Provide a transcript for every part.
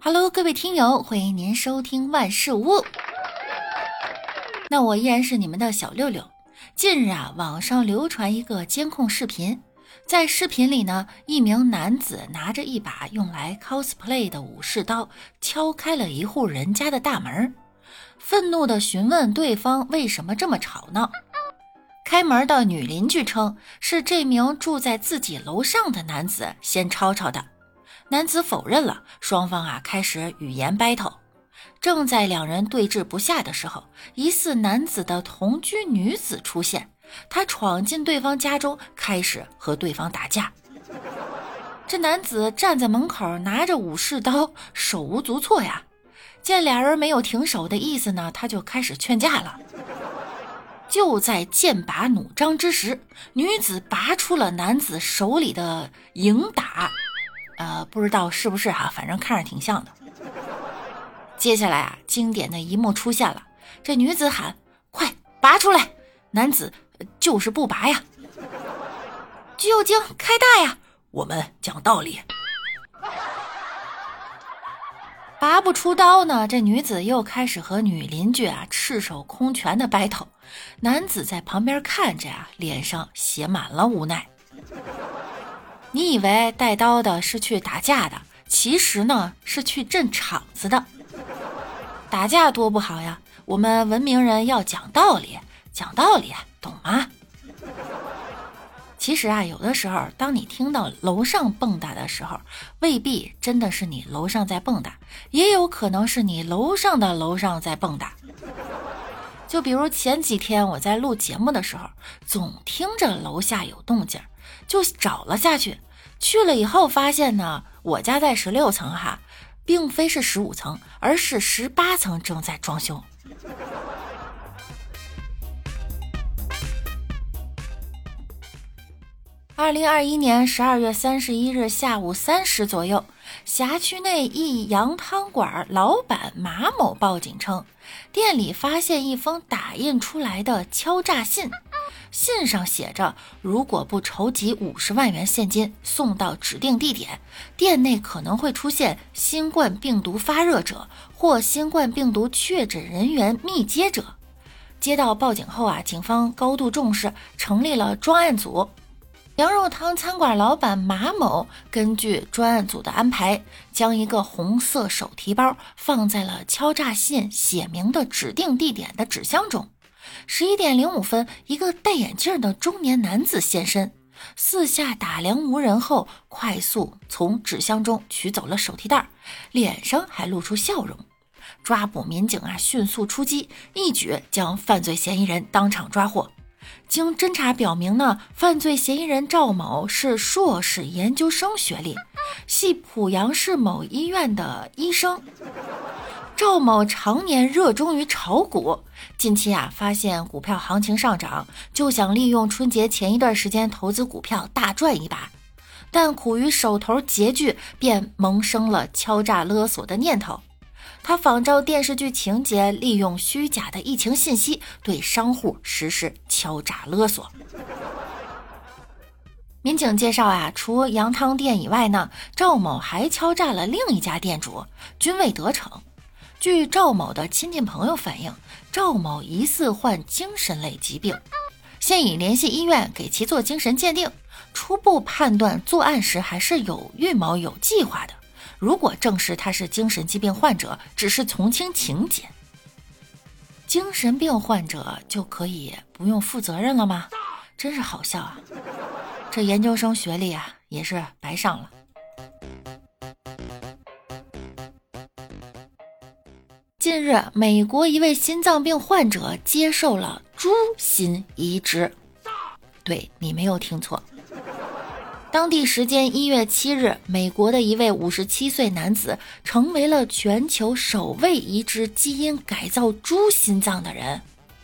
Hello， 各位听友，欢迎您收听万事屋。那我依然是你们的小六六。近日啊，网上流传一个监控视频，在视频里呢，一名男子拿着一把用来 cosplay 的武士刀，敲开了一户人家的大门，愤怒地询问对方为什么这么吵闹。开门的女邻居称，是这名住在自己楼上的男子先吵吵的。男子否认了，双方啊开始语言 battle。正在两人对峙不下的时候，疑似男子的同居女子出现，她闯进对方家中，开始和对方打架。这男子站在门口拿着武士刀，手无足措呀。见俩人没有停手的意思呢，他就开始劝架了。就在剑拔弩张之时，女子拔出了男子手里的迎打，不知道是不是反正看着挺像的。接下来啊，经典的一幕出现了，这女子喊：“快拔出来！”男子就是不拔呀。救精开大呀！我们讲道理。拔不出刀呢，这女子又开始和女邻居赤手空拳的 battle。男子在旁边看着脸上写满了无奈。你以为带刀的是去打架的，其实呢是去镇场子的。打架多不好呀，我们文明人要讲道理，讲道理，懂吗？其实有的时候当你听到楼上蹦跶的时候，未必真的是你楼上在蹦跶，也有可能是你楼上的楼上在蹦跶。就比如前几天我在录节目的时候，总听着楼下有动静，就找了下去。去了以后发现呢，我家在16层并非是15层，而是18层正在装修。2021年12月31日下午3时左右，辖区内一羊汤馆老板马某报警称，店里发现一封打印出来的敲诈信，信上写着，如果不筹集50万元现金送到指定地点，店内可能会出现新冠病毒发热者或新冠病毒确诊人员密接者。接到报警后警方高度重视，成立了专案组。羊肉汤餐馆老板马某根据专案组的安排，将一个红色手提包放在了敲诈信写明的指定地点的纸箱中。11点05分，一个戴眼镜的中年男子现身，四下打量无人后，快速从纸箱中取走了手提袋，脸上还露出笑容。抓捕民警迅速出击，一举将犯罪嫌疑人当场抓获。经侦查表明呢，犯罪嫌疑人赵某是硕士研究生学历，系濮阳市某医院的医生。赵某常年热衷于炒股，近期发现股票行情上涨，就想利用春节前一段时间投资股票大赚一把，但苦于手头拮据，便萌生了敲诈勒索的念头。他仿照电视剧情节，利用虚假的疫情信息对商户实施敲诈勒索。民警介绍除羊汤店以外呢，赵某还敲诈了另一家店主，均未得逞。据赵某的亲近朋友反映，赵某疑似患精神类疾病，现已联系医院给其做精神鉴定，初步判断作案时还是有预谋有计划的。如果证实他是精神疾病患者，只是从轻情节。精神病患者就可以不用负责任了吗？真是好笑这研究生学历也是白上了。近日，美国一位心脏病患者接受了猪心移植。对，你没有听错。当地时间1月7日，美国的一位57岁男子成为了全球首位移植基因改造猪心脏的人。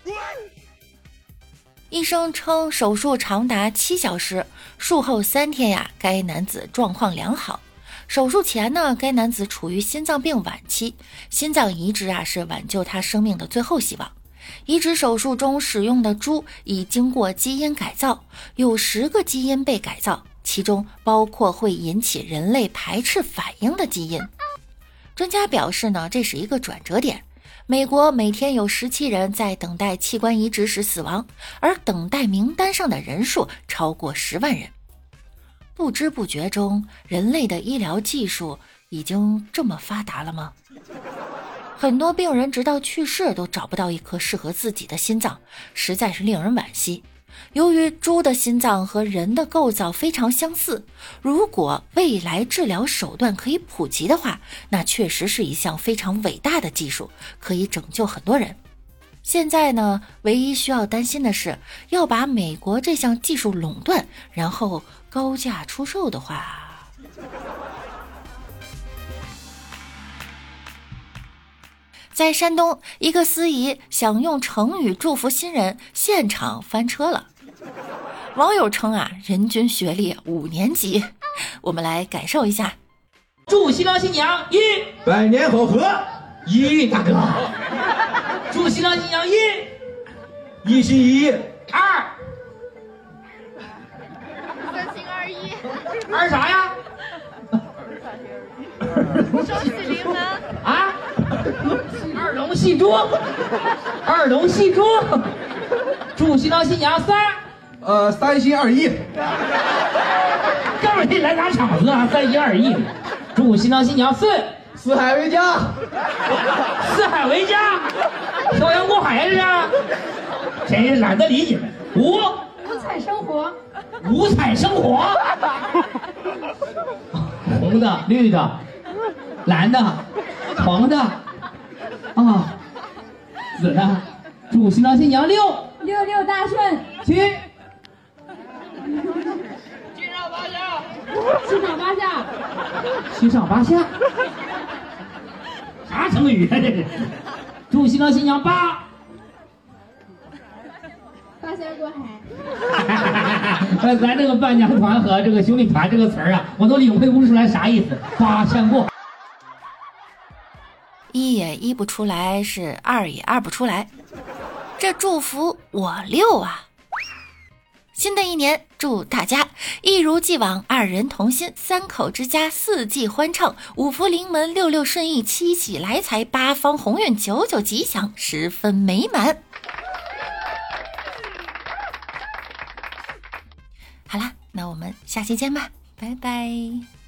医生称手术长达7小时，术后3天该男子状况良好。手术前呢，该男子处于心脏病晚期，心脏移植是挽救他生命的最后希望。移植手术中使用的猪已经过基因改造，有10个基因被改造，其中包括会引起人类排斥反应的基因。 专家表示呢，这是一个转折点。美国每天有17人在等待器官移植时死亡，而等待名单上的人数超过10万人。不知不觉中，人类的医疗技术已经这么发达了吗？很多病人直到去世都找不到一颗适合自己的心脏，实在是令人惋惜。由于猪的心脏和人的构造非常相似，如果未来治疗手段可以普及的话，那确实是一项非常伟大的技术，可以拯救很多人。现在呢，唯一需要担心的是，要把美国这项技术垄断，然后高价出售的话。在山东，一个司仪想用成语祝福新人，现场翻车了。网友称啊，人均学历5年级。我们来感受一下。 祝新郎新娘一百年好合， 一大哥。祝新郎新娘一心一意， 二三心二意， 二啥呀？ 双喜临门啊？二龙戏珠，二龙戏珠。祝新郎新娘三心二意， 告诉你来打场子啊，3心2意。祝新郎新娘四海为家， 四海为家，漂洋过海是啊，真是懒得理你们。五彩生活， 五彩生活，红的、绿的、蓝的、黄的，啊，紫的。祝新郎新娘六大顺， 七七上八下， 七上八下，啥成语啊这是？祝新郎新娘八仙过海。 咱这个伴娘团和这个兄弟团这个词儿啊，我都领会不出来啥意思。八仙过， 一也一不出来，是二也二不出来。这祝福我6啊！新的一年，祝大家一如既往，2人同心，3口之家，4季欢畅，5福临门，6顺意，7喜来财，8方鸿运，9吉祥，十分美满。好啦，那我们下期见吧，拜拜。